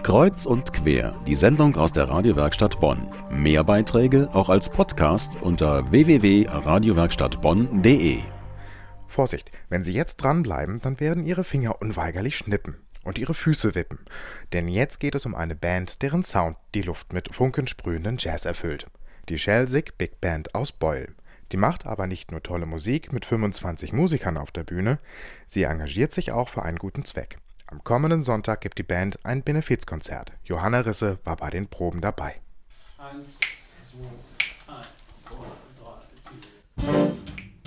Kreuz und quer, die Sendung aus der Radiowerkstatt Bonn. Mehr Beiträge auch als Podcast unter www.radiowerkstattbonn.de. Vorsicht, wenn Sie jetzt dranbleiben, dann werden Ihre Finger unweigerlich schnippen und Ihre Füße wippen. Denn jetzt geht es um eine Band, deren Sound die Luft mit funkensprühenden Jazz erfüllt. Die Schelsig Big Band aus Beul. Die macht aber nicht nur tolle Musik mit 25 Musikern auf der Bühne, sie engagiert sich auch für einen guten Zweck. Am kommenden Sonntag gibt die Band ein Benefizkonzert. Johanna Risse war bei den Proben dabei. 1, 2, 1, 2, 3, 4.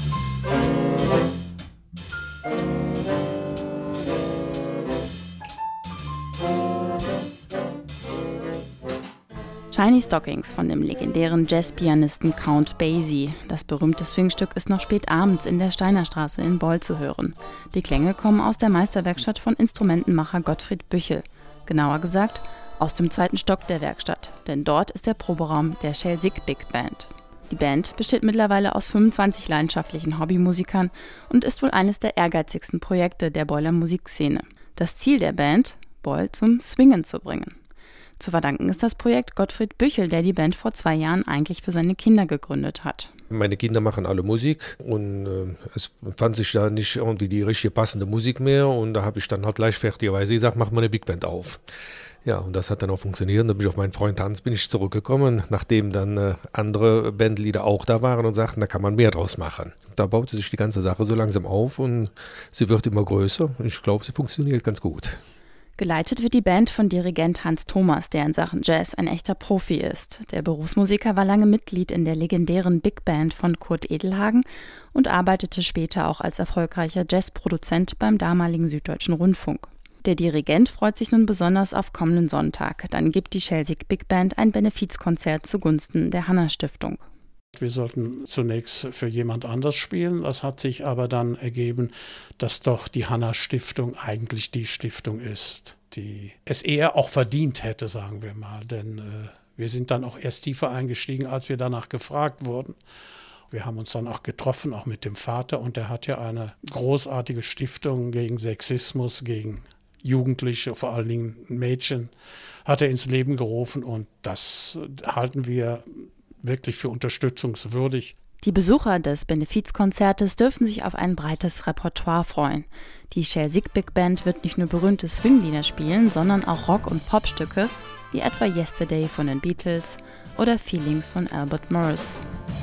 Shiny Stockings von dem legendären Jazzpianisten Count Basie. Das berühmte Swingstück ist noch spät abends in der Steinerstraße in Beul zu hören. Die Klänge kommen aus der Meisterwerkstatt von Instrumentenmacher Gottfried Büchel. Genauer gesagt, aus dem 2. Stock der Werkstatt, denn dort ist der Proberaum der Schelsig Big Band. Die Band besteht mittlerweile aus 25 leidenschaftlichen Hobbymusikern und ist wohl eines der ehrgeizigsten Projekte der Beuler Musikszene. Das Ziel der Band, Beul zum Swingen zu bringen. Zu verdanken ist das Projekt Gottfried Büchel, der die Band vor 2 Jahren eigentlich für seine Kinder gegründet hat. Meine Kinder machen alle Musik und es fand sich da nicht irgendwie die richtige passende Musik mehr und da habe ich dann halt leichtfertigerweise gesagt, mach mal eine Big Band auf. Ja, und das hat dann auch funktioniert. Und dann bin ich auf meinen Freund Hans zurückgekommen, nachdem dann andere Bandleader auch da waren und sagten, da kann man mehr draus machen. Da baute sich die ganze Sache so langsam auf und sie wird immer größer und ich glaube, sie funktioniert ganz gut. Geleitet wird die Band von Dirigent Hans Thomas, der in Sachen Jazz ein echter Profi ist. Der Berufsmusiker war lange Mitglied in der legendären Big Band von Kurt Edelhagen und arbeitete später auch als erfolgreicher Jazzproduzent beim damaligen Süddeutschen Rundfunk. Der Dirigent freut sich nun besonders auf kommenden Sonntag. Dann gibt die Schelsig Big Band ein Benefizkonzert zugunsten der Hanna-Stiftung. Wir sollten zunächst für jemand anders spielen. Das hat sich aber dann ergeben, dass doch die Hanna-Stiftung eigentlich die Stiftung ist, die es eher auch verdient hätte, sagen wir mal. Denn wir sind dann auch erst tiefer eingestiegen, als wir danach gefragt wurden. Wir haben uns dann auch getroffen, auch mit dem Vater. Und der hat ja eine großartige Stiftung gegen Sexismus, gegen Jugendliche, vor allen Dingen Mädchen, hat er ins Leben gerufen. Und das halten wir wirklich für unterstützungswürdig. Die Besucher des Benefizkonzertes dürfen sich auf ein breites Repertoire freuen. Die Schelsig Big Band wird nicht nur berühmte Swinglieder spielen, sondern auch Rock- und Popstücke, wie etwa Yesterday von den Beatles oder Feelings von Albert Morris.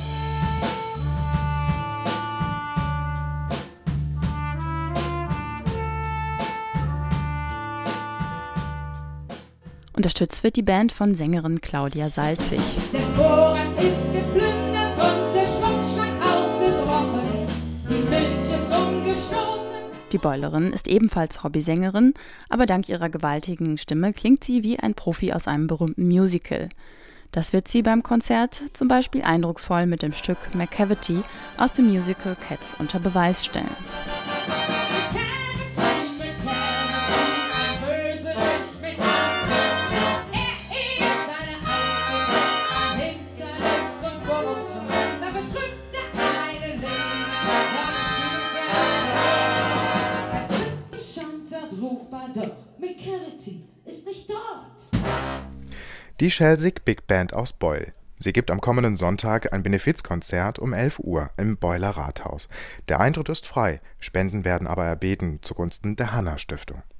Unterstützt wird die Band von Sängerin Claudia Salzig. Der Vorrat ist geplündert und der Schmuckschrank aufgebrochen. Die Milch ist umgestoßen. Die Beulerin ist ebenfalls Hobbysängerin, aber dank ihrer gewaltigen Stimme klingt sie wie ein Profi aus einem berühmten Musical. Das wird sie beim Konzert zum Beispiel eindrucksvoll mit dem Stück Macavity aus dem Musical Cats unter Beweis stellen. Ist nicht dort. Die Schelsig Big Band aus Beul. Sie gibt am kommenden Sonntag ein Benefizkonzert um 11 Uhr im Beuler Rathaus. Der Eintritt ist frei, Spenden werden aber erbeten zugunsten der Hanna-Stiftung.